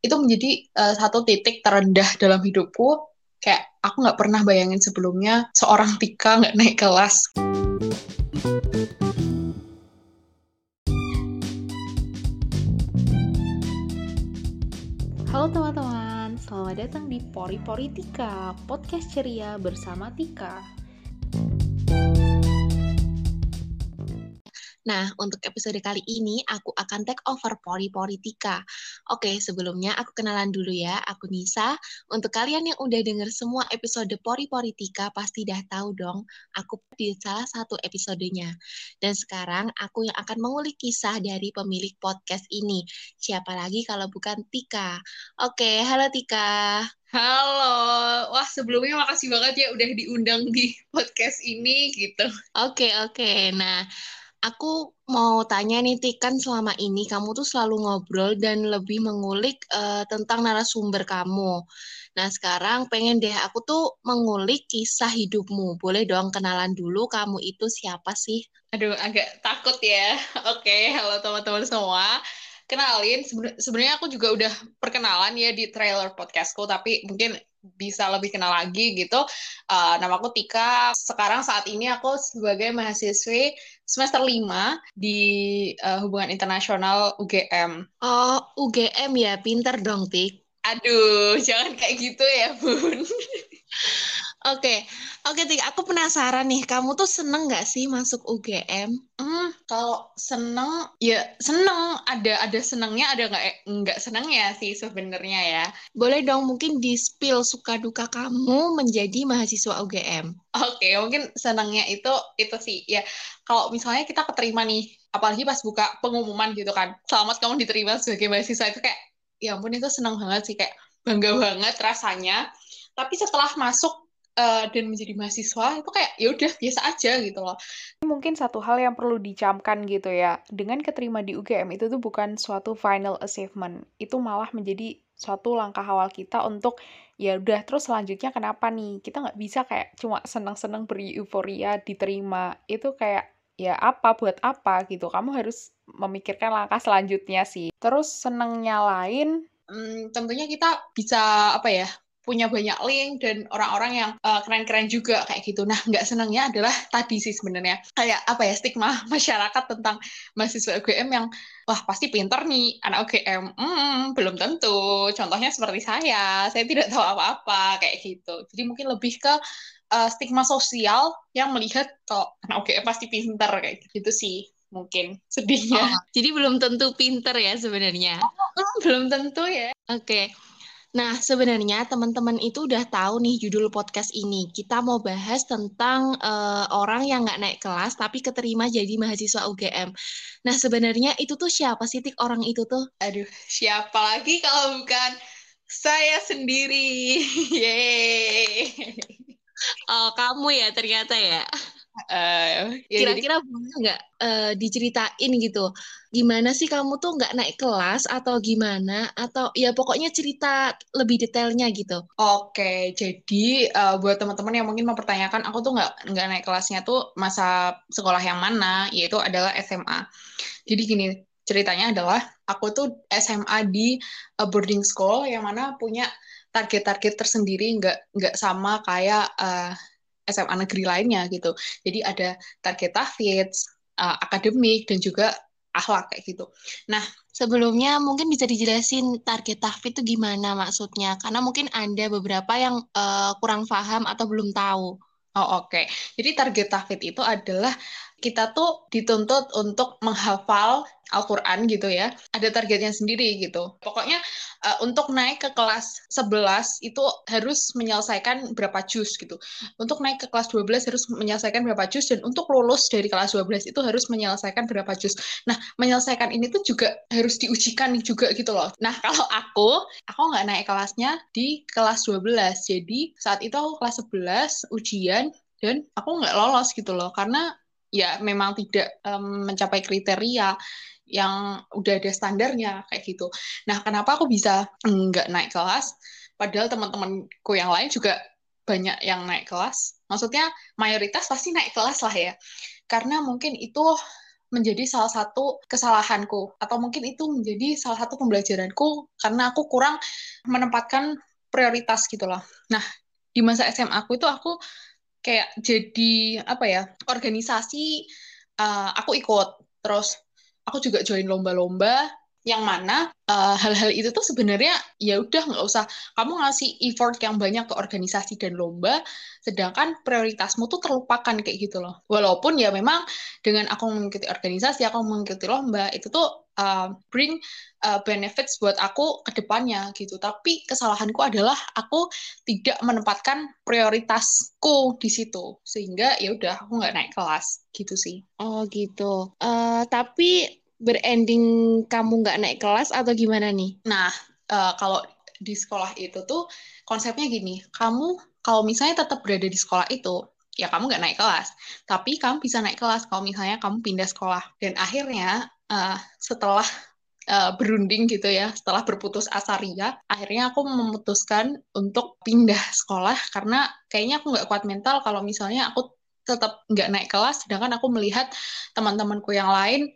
itu menjadi satu titik terendah dalam hidupku. Kayak aku nggak pernah bayangin sebelumnya seorang Tika nggak naik kelas. Halo teman-teman, selamat datang di Pori Pori Tika, podcast ceria bersama Tika. Nah, untuk episode kali ini, aku akan take over Pori Pori Tika. Oke, sebelumnya aku kenalan dulu ya, aku Nisa. Untuk kalian yang udah denger semua episode Pori Pori Tika, pasti dah tahu dong, aku di salah satu episodenya. Dan sekarang, aku yang akan mengulik kisah dari pemilik podcast ini. Siapa lagi kalau bukan Tika? Oke, halo Tika. Halo, wah sebelumnya makasih banget ya udah diundang di podcast ini gitu. Oke. Nah, aku mau tanya nih, Tik, kan selama ini kamu tuh selalu ngobrol dan lebih mengulik tentang narasumber kamu. Nah, sekarang pengen deh aku tuh mengulik kisah hidupmu. Boleh dong kenalan dulu kamu itu siapa sih? Aduh, agak takut ya. Oke, halo teman-teman semua. Kenalin, sebenarnya aku juga udah perkenalan ya di trailer podcastku, tapi mungkin bisa lebih kenal lagi gitu. Namaku Tika. Sekarang saat ini aku sebagai mahasiswi semester 5 di Hubungan Internasional UGM. Oh, UGM ya, pinter dong, Tik. Aduh, jangan kayak gitu ya, Bun. Oke, oke, Tik, aku penasaran nih, kamu tuh seneng nggak sih masuk UGM? Kalau seneng, ya seneng. Ada senengnya, ada nggak senengnya sih sebenarnya ya. Boleh dong mungkin di-spill suka duka kamu menjadi mahasiswa UGM. Oke, mungkin senangnya itu sih ya. Kalau misalnya kita keterima nih, apalagi pas buka pengumuman gitu kan, selamat kamu diterima sebagai mahasiswa, itu kayak, ya ampun, itu senang banget sih, kayak bangga banget rasanya. Tapi setelah masuk dan menjadi mahasiswa itu kayak ya udah biasa aja gitu loh. Mungkin satu hal yang perlu dicamkan gitu ya, dengan keterima di UGM itu tuh bukan suatu final achievement, itu malah menjadi suatu langkah awal kita untuk ya udah terus selanjutnya kenapa nih, kita nggak bisa kayak cuma senang-senang bereuforia diterima, itu kayak ya apa buat apa gitu, kamu harus memikirkan langkah selanjutnya sih. Terus senengnya lain, Tentunya kita bisa apa ya, punya banyak link dan orang-orang yang keren-keren juga kayak gitu. Nah, nggak senangnya adalah tadi sih sebenarnya kayak apa ya, stigma masyarakat tentang mahasiswa UGM yang wah pasti pinter nih anak UGM. Belum tentu. Contohnya seperti saya tidak tahu apa-apa kayak gitu. Jadi mungkin lebih ke stigma sosial yang melihat kalau anak UGM pasti pinter kayak gitu sih mungkin sedihnya. Jadi belum tentu pinter ya sebenarnya. Belum tentu ya. Oke. Nah, sebenarnya teman-teman itu udah tahu nih judul podcast ini. Kita mau bahas tentang orang yang nggak naik kelas tapi keterima jadi mahasiswa UGM. Nah, sebenarnya itu tuh siapa sih, Tik, orang itu tuh? Aduh, siapa lagi kalau bukan saya sendiri. Yeay. Oh, kamu ya ternyata ya. Ya jadi kira-kira boleh nggak diceritain gitu, gimana sih kamu tuh nggak naik kelas atau gimana, atau ya pokoknya cerita lebih detailnya gitu. Oke, jadi buat teman-teman yang mungkin mempertanyakan aku tuh nggak naik kelasnya tuh masa sekolah yang mana, yaitu adalah SMA. Jadi gini, ceritanya adalah aku tuh SMA di boarding school yang mana punya target-target tersendiri, nggak sama kayak SMA negeri lainnya gitu. Jadi ada target tahfidz, akademik, dan juga akhlak kayak gitu. Nah, sebelumnya mungkin bisa dijelasin target tahfidz itu gimana maksudnya? Karena mungkin ada beberapa yang kurang paham atau belum tahu. Oh, oke. Jadi target tahfidz itu adalah kita tuh dituntut untuk menghafal Al-Quran gitu ya. Ada targetnya sendiri gitu. Pokoknya untuk naik ke kelas 11 itu harus menyelesaikan berapa juz gitu. Untuk naik ke kelas 12 harus menyelesaikan berapa juz, dan untuk lulus dari kelas 12 itu harus menyelesaikan berapa juz. Nah, menyelesaikan ini tuh juga harus diujikan juga gitu loh. Nah, kalau aku nggak naik kelasnya di kelas 12. Jadi saat itu aku kelas 11 ujian dan aku nggak lolos gitu loh, karena ya memang tidak mencapai kriteria yang udah ada standarnya kayak gitu. Nah, kenapa aku bisa nggak naik kelas? Padahal teman-temanku yang lain juga banyak yang naik kelas. Maksudnya mayoritas pasti naik kelas lah ya. Karena mungkin itu menjadi salah satu kesalahanku, atau mungkin itu menjadi salah satu pembelajaranku karena aku kurang menempatkan prioritas gitu loh. Nah, di masa SMA aku itu aku kayak jadi apa ya, organisasi, aku ikut, terus aku juga join lomba-lomba yang mana hal-hal itu tuh sebenarnya ya udah nggak usah kamu ngasih effort yang banyak ke organisasi dan lomba, sedangkan prioritasmu tuh terlupakan kayak gitu loh. Walaupun ya memang dengan aku mengikuti organisasi, aku mengikuti lomba itu tuh bring benefits buat aku ke depannya gitu. Tapi kesalahanku adalah aku tidak menempatkan prioritasku di situ, sehingga ya udah aku nggak naik kelas gitu sih. Oh gitu. Tapi berending kamu nggak naik kelas atau gimana nih? Nah, kalau di sekolah itu tuh konsepnya gini, kamu kalau misalnya tetap berada di sekolah itu, ya kamu nggak naik kelas. Tapi kamu bisa naik kelas kalau misalnya kamu pindah sekolah. Dan akhirnya setelah berunding gitu ya, setelah berputus asa ria, akhirnya aku memutuskan untuk pindah sekolah karena kayaknya aku nggak kuat mental kalau misalnya aku tetap nggak naik kelas, sedangkan aku melihat teman-temanku yang lain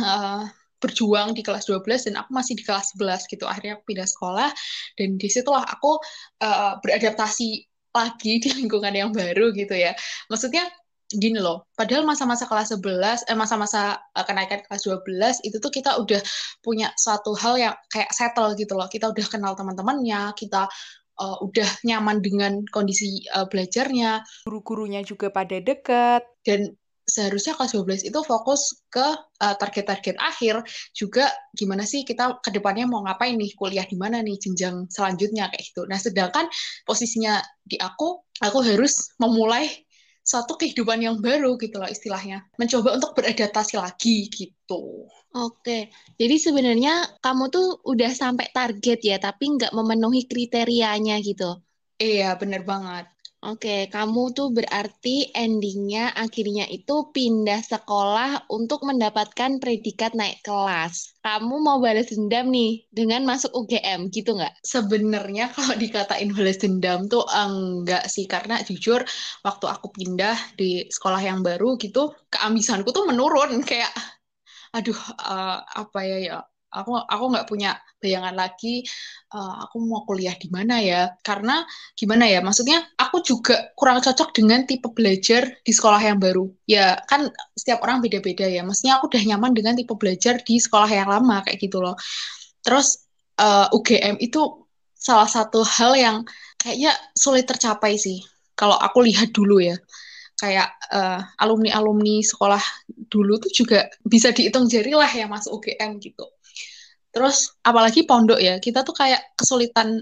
berjuang di kelas 12 dan aku masih di kelas 11 gitu. Akhirnya aku pindah sekolah dan disitulah aku beradaptasi lagi di lingkungan yang baru gitu ya. Maksudnya gini loh, padahal masa-masa kelas 11, masa-masa kenaikan kelas 12 itu tuh kita udah punya suatu hal yang kayak settle gitu loh. Kita udah kenal teman-temannya, kita udah nyaman dengan kondisi belajarnya, Guru-gurunya juga pada deket. dan seharusnya kelas 12 itu fokus ke target-target akhir, juga gimana sih kita ke depannya mau ngapain nih, kuliah di mana nih, jenjang selanjutnya kayak gitu. Nah, sedangkan posisinya di aku harus memulai suatu kehidupan yang baru gitu loh istilahnya. Mencoba untuk beradaptasi lagi gitu. Oke, jadi sebenarnya kamu tuh udah sampai target ya, tapi nggak memenuhi kriterianya gitu. Iya, bener banget. Oke, kamu tuh berarti endingnya akhirnya itu pindah sekolah untuk mendapatkan predikat naik kelas. Kamu mau balas dendam nih dengan masuk UGM, gitu nggak? Sebenarnya kalau dikatain balas dendam tuh enggak sih, karena jujur waktu aku pindah di sekolah yang baru gitu, keambisanku tuh menurun kayak aduh, apa ya, aku nggak punya bayangan lagi, aku mau kuliah di mana ya, karena gimana ya, maksudnya aku juga kurang cocok dengan tipe belajar di sekolah yang baru ya, kan setiap orang beda-beda ya, maksudnya aku udah nyaman dengan tipe belajar di sekolah yang lama kayak gitu loh. Terus UGM itu salah satu hal yang kayaknya sulit tercapai sih kalau aku lihat dulu ya, kayak alumni-alumni sekolah dulu tuh juga bisa dihitung jari lah yang masuk UGM gitu. Terus apalagi pondok ya, kita tuh kayak kesulitan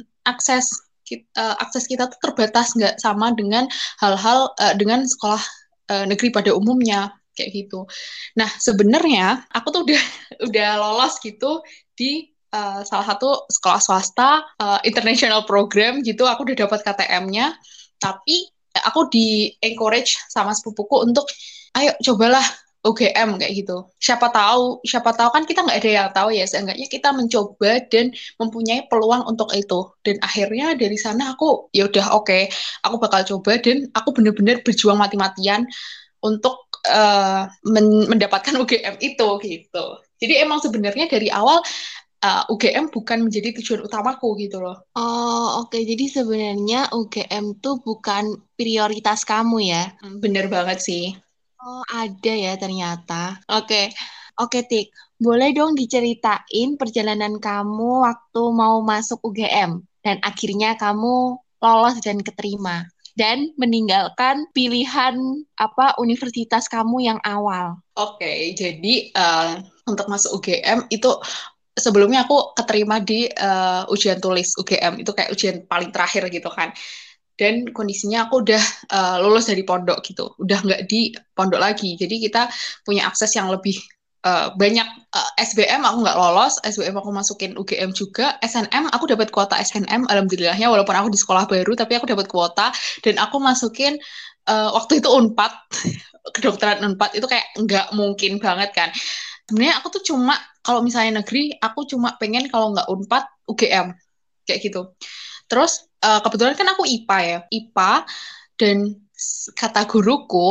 akses kita tuh terbatas, nggak sama dengan hal-hal dengan sekolah negeri pada umumnya kayak gitu. Nah, sebenarnya aku tuh udah udah lolos gitu di salah satu sekolah swasta international program gitu, aku udah dapat KTM-nya, tapi aku di encourage sama sepupuku untuk ayo cobalah UGM kayak gitu. Siapa tahu kan kita nggak ada yang tahu ya. Seenggaknya kita mencoba dan mempunyai peluang untuk itu. Dan akhirnya dari sana aku ya udah oke, aku bakal coba dan aku benar-benar berjuang mati-matian untuk mendapatkan UGM itu gitu. Jadi emang sebenarnya dari awal UGM bukan menjadi tujuan utamaku gitu loh. Oh, oke. Jadi sebenarnya UGM tuh bukan prioritas kamu ya? Bener banget sih. Oh, ada ya ternyata. Oke. Oke, Tik. Boleh dong diceritain perjalanan kamu waktu mau masuk UGM dan akhirnya kamu lolos dan keterima dan meninggalkan pilihan apa universitas kamu yang awal. Oke, jadi untuk masuk UGM itu sebelumnya aku keterima di ujian tulis UGM, itu kayak ujian paling terakhir gitu kan. Dan kondisinya aku udah lulus dari pondok gitu, udah nggak di pondok lagi. Jadi kita punya akses yang lebih banyak. SBM aku nggak lolos, SBM aku masukin UGM juga, SNM aku dapat kuota SNM, alhamdulillahnya walaupun aku di sekolah baru, tapi aku dapat kuota dan aku masukin waktu itu Unpad, kedokteran Unpad itu kayak nggak mungkin banget kan. Sebenarnya aku tuh cuma kalau misalnya negeri, aku cuma pengen kalau nggak Unpad UGM kayak gitu. Terus kebetulan kan aku IPA ya, IPA, dan kata guruku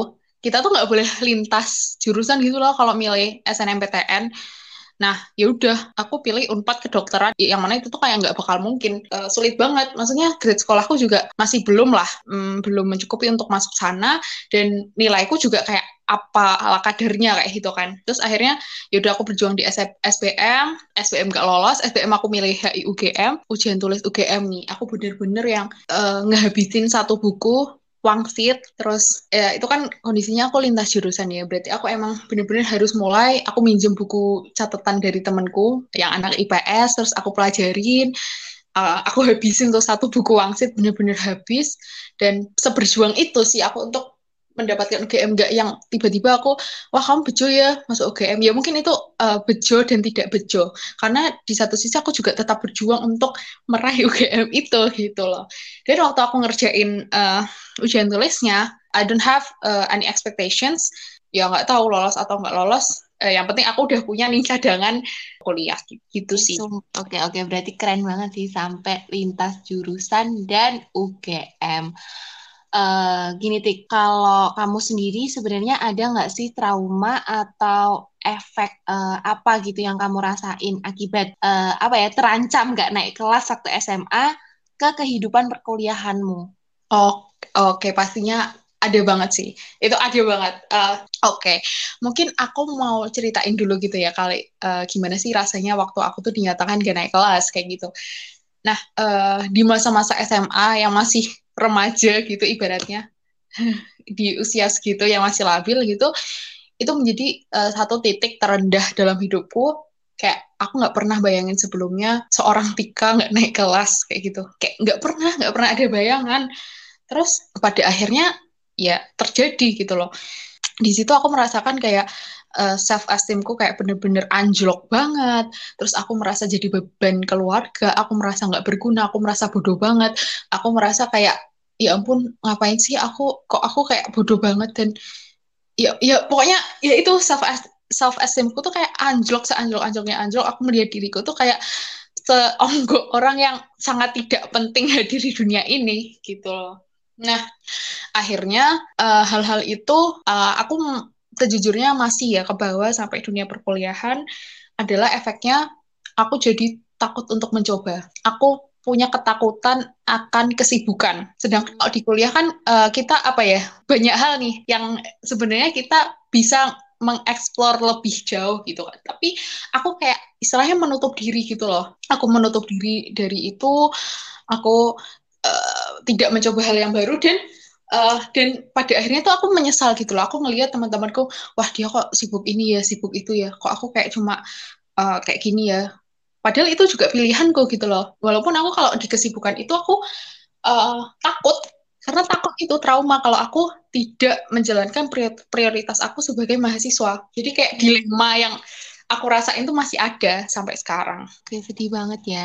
kita tuh nggak boleh lintas jurusan gitu loh kalau milih SNMPTN. Nah, ya udah, aku pilih Unpad kedokteran, yang mana itu tuh kayak nggak bakal mungkin. Sulit banget. Maksudnya grade sekolahku juga masih belum lah, belum mencukupi untuk masuk sana, dan nilaiku juga kayak apa ala kadernya kayak gitu kan. Terus akhirnya ya udah aku berjuang di SBM, SBM nggak lolos, SBM aku milih HI UGM, ujian tulis UGM nih. Aku bener-bener yang ngehabisin satu buku wangsit, terus ya itu kan kondisinya aku lintas jurusan ya, berarti aku emang bener-bener harus mulai, aku minjem buku catatan dari temenku yang anak IPS, terus aku pelajarin, aku habisin tuh satu buku wangsit, bener-bener habis, dan seberjuang itu sih aku untuk mendapatkan UGM, nggak yang tiba-tiba aku, wah kamu bejo ya masuk UGM, ya mungkin itu bejo dan tidak bejo, karena di satu sisi aku juga tetap berjuang untuk meraih UGM itu gitu loh. Dan waktu aku ngerjain ujian tulisnya, I don't have any expectations, ya nggak tahu lolos atau nggak lolos, yang penting aku udah punya nih cadangan kuliah gitu sih. Oke, berarti keren banget sih sampai lintas jurusan dan UGM. Gini Tik, kalau kamu sendiri sebenarnya ada nggak sih trauma atau efek apa gitu yang kamu rasain akibat apa ya terancam nggak naik kelas waktu SMA ke kehidupan perkuliahanmu? Oke, pastinya ada banget sih. Itu ada banget. Oke, mungkin aku mau ceritain dulu gitu ya kali, gimana sih rasanya waktu aku tuh dinyatakan gak naik kelas kayak gitu. Nah, di masa-masa SMA yang masih remaja gitu ibaratnya, di usia segitu yang masih labil gitu, itu menjadi satu titik terendah dalam hidupku. Kayak aku nggak pernah bayangin sebelumnya seorang Tika nggak naik kelas kayak gitu. Kayak nggak pernah ada bayangan. Terus pada akhirnya ya terjadi gitu loh. Di situ aku merasakan kayak self esteemku kayak bener-bener anjlok banget. Terus aku merasa jadi beban keluarga, aku merasa nggak berguna, aku merasa bodoh banget. Aku merasa kayak ya ampun ngapain sih aku kayak bodoh banget, dan ya pokoknya ya itu self esteemku tuh kayak anjlok, seanjlok-anjloknya anjlok. Aku melihat diriku tuh kayak seonggok orang yang sangat tidak penting hadir di dunia ini gitu loh. Nah, akhirnya hal-hal itu aku sejujurnya masih ya ke bawah sampai dunia perkuliahan, adalah efeknya aku jadi takut untuk mencoba. Aku punya ketakutan akan kesibukan. Sedangkan kalau di kuliah kan kita apa ya, banyak hal nih yang sebenarnya kita bisa mengeksplor lebih jauh gitu kan. Tapi aku kayak istilahnya menutup diri gitu loh. Aku menutup diri dari itu, aku tidak mencoba hal yang baru, dan pada akhirnya tuh aku menyesal gitu loh. Aku ngelihat teman-temanku, wah dia kok sibuk ini ya, sibuk itu ya. Kok aku kayak cuma kayak gini ya. Padahal itu juga pilihanku gitu loh. Walaupun aku kalau di kesibukan itu aku takut, karena takut itu trauma kalau aku tidak menjalankan prioritas aku sebagai mahasiswa. Jadi kayak dilema yang aku rasain tuh masih ada sampai sekarang. Oke, sedih banget ya.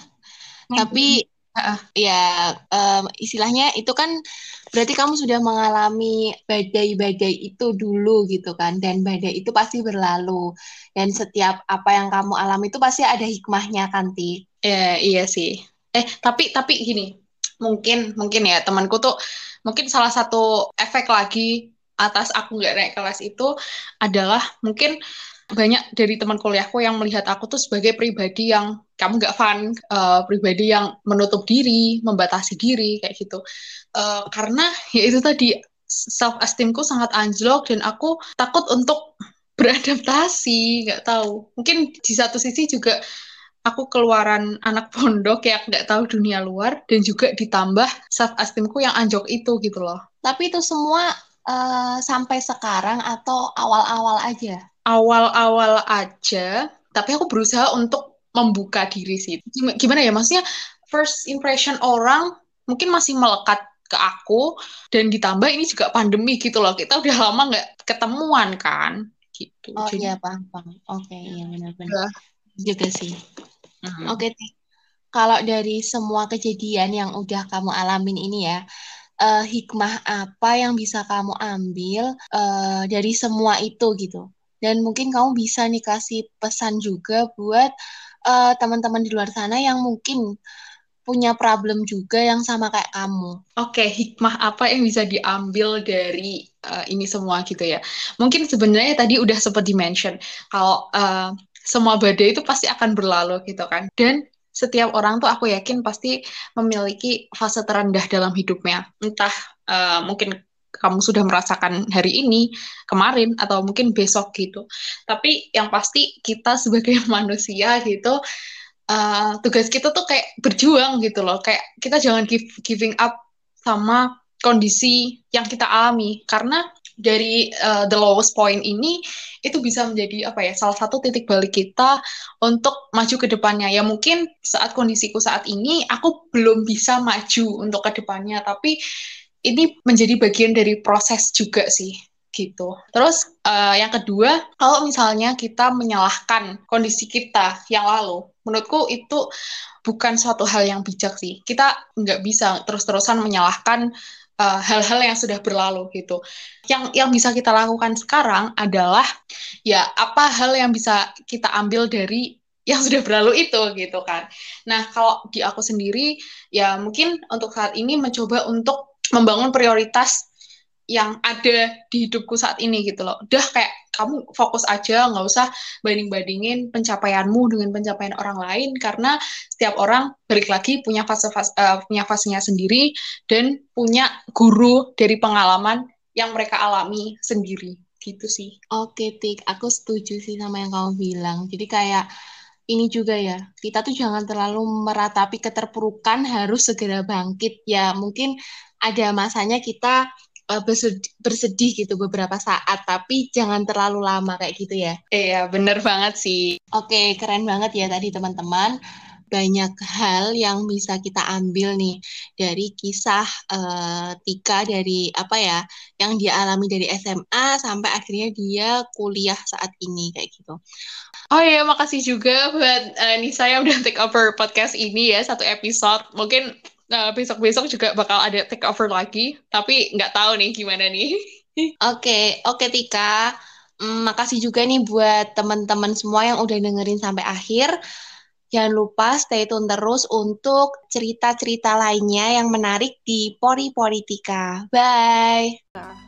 Tapi ya istilahnya itu kan berarti kamu sudah mengalami badai-badai itu dulu gitu kan, dan badai itu pasti berlalu, dan setiap apa yang kamu alami itu pasti ada hikmahnya kan Ti. Iya sih. Tapi gini, mungkin ya temanku tuh mungkin salah satu efek lagi atas aku nggak naik kelas itu adalah mungkin banyak dari teman kuliahku yang melihat aku tuh sebagai pribadi yang kamu nggak fun, pribadi yang menutup diri, membatasi diri kayak gitu. Karena ya itu tadi self esteemku sangat anjlok dan aku takut untuk beradaptasi, nggak tahu. Mungkin di satu sisi juga aku keluaran anak pondok yang nggak tahu dunia luar, dan juga ditambah self esteemku yang anjlok itu gitu loh. Tapi itu semua sampai sekarang atau awal-awal aja? Awal-awal aja, tapi aku berusaha untuk membuka diri sih. Gimana ya, maksudnya first impression orang mungkin masih melekat ke aku, dan ditambah ini juga pandemi gitu loh. Kita udah lama nggak ketemuan kan, gitu. Oh Jadi, iya, paham. Oke, iya benar-benar. ya. Juga sih. Oke, Ti. Kalau dari semua kejadian yang udah kamu alamin ini ya, hikmah apa yang bisa kamu ambil dari semua itu gitu? Dan mungkin kamu bisa nih kasih pesan juga buat teman-teman di luar sana yang mungkin punya problem juga yang sama kayak kamu. Oke, hikmah apa yang bisa diambil dari ini semua gitu ya? Mungkin sebenarnya tadi udah sempat di-mention kalau semua badai itu pasti akan berlalu gitu kan. Dan setiap orang tuh aku yakin pasti memiliki fase terendah dalam hidupnya. Entah mungkin kamu sudah merasakan hari ini, kemarin, atau mungkin besok gitu. Tapi yang pasti kita sebagai manusia gitu, tugas kita tuh kayak berjuang gitu loh. Kayak kita jangan giving up sama kondisi yang kita alami karena dari the lowest point ini itu bisa menjadi apa ya salah satu titik balik kita untuk maju ke depannya. Ya mungkin saat kondisiku saat ini aku belum bisa maju untuk ke depannya, tapi ini menjadi bagian dari proses juga sih gitu. Terus yang kedua, kalau misalnya kita menyalahkan kondisi kita yang lalu, menurutku itu bukan suatu hal yang bijak sih. Kita nggak bisa terus-terusan menyalahkan hal-hal yang sudah berlalu gitu. Yang bisa kita lakukan sekarang adalah ya apa hal yang bisa kita ambil dari yang sudah berlalu itu gitu kan. Nah, kalau di aku sendiri ya mungkin untuk saat ini mencoba untuk membangun prioritas yang ada di hidupku saat ini gitu loh. Udah kayak kamu fokus aja, nggak usah banding-bandingin pencapaianmu dengan pencapaian orang lain karena setiap orang balik lagi punya punya fasenya sendiri dan punya guru dari pengalaman yang mereka alami sendiri gitu sih. Oke, Tik, aku setuju sih sama yang kamu bilang. Jadi kayak ini juga ya, kita tuh jangan terlalu meratapi keterpurukan, harus segera bangkit. Ya, mungkin ada masanya kita bersedih gitu beberapa saat, tapi jangan terlalu lama kayak gitu ya. Iya, bener banget sih. Oke, keren banget ya tadi teman-teman. Banyak hal yang bisa kita ambil nih dari kisah Tika dari apa ya, yang dia alami dari SMA sampai akhirnya dia kuliah saat ini kayak gitu. Oh iya, makasih juga buat Nisa yang udah take over podcast ini ya, satu episode. Mungkin besok-besok juga bakal ada take over lagi, tapi nggak tahu nih gimana nih. Oke Tika. Makasih juga nih buat teman-teman semua yang udah dengerin sampai akhir. Jangan lupa stay tune terus untuk cerita-cerita lainnya yang menarik di Pori Politika. Bye.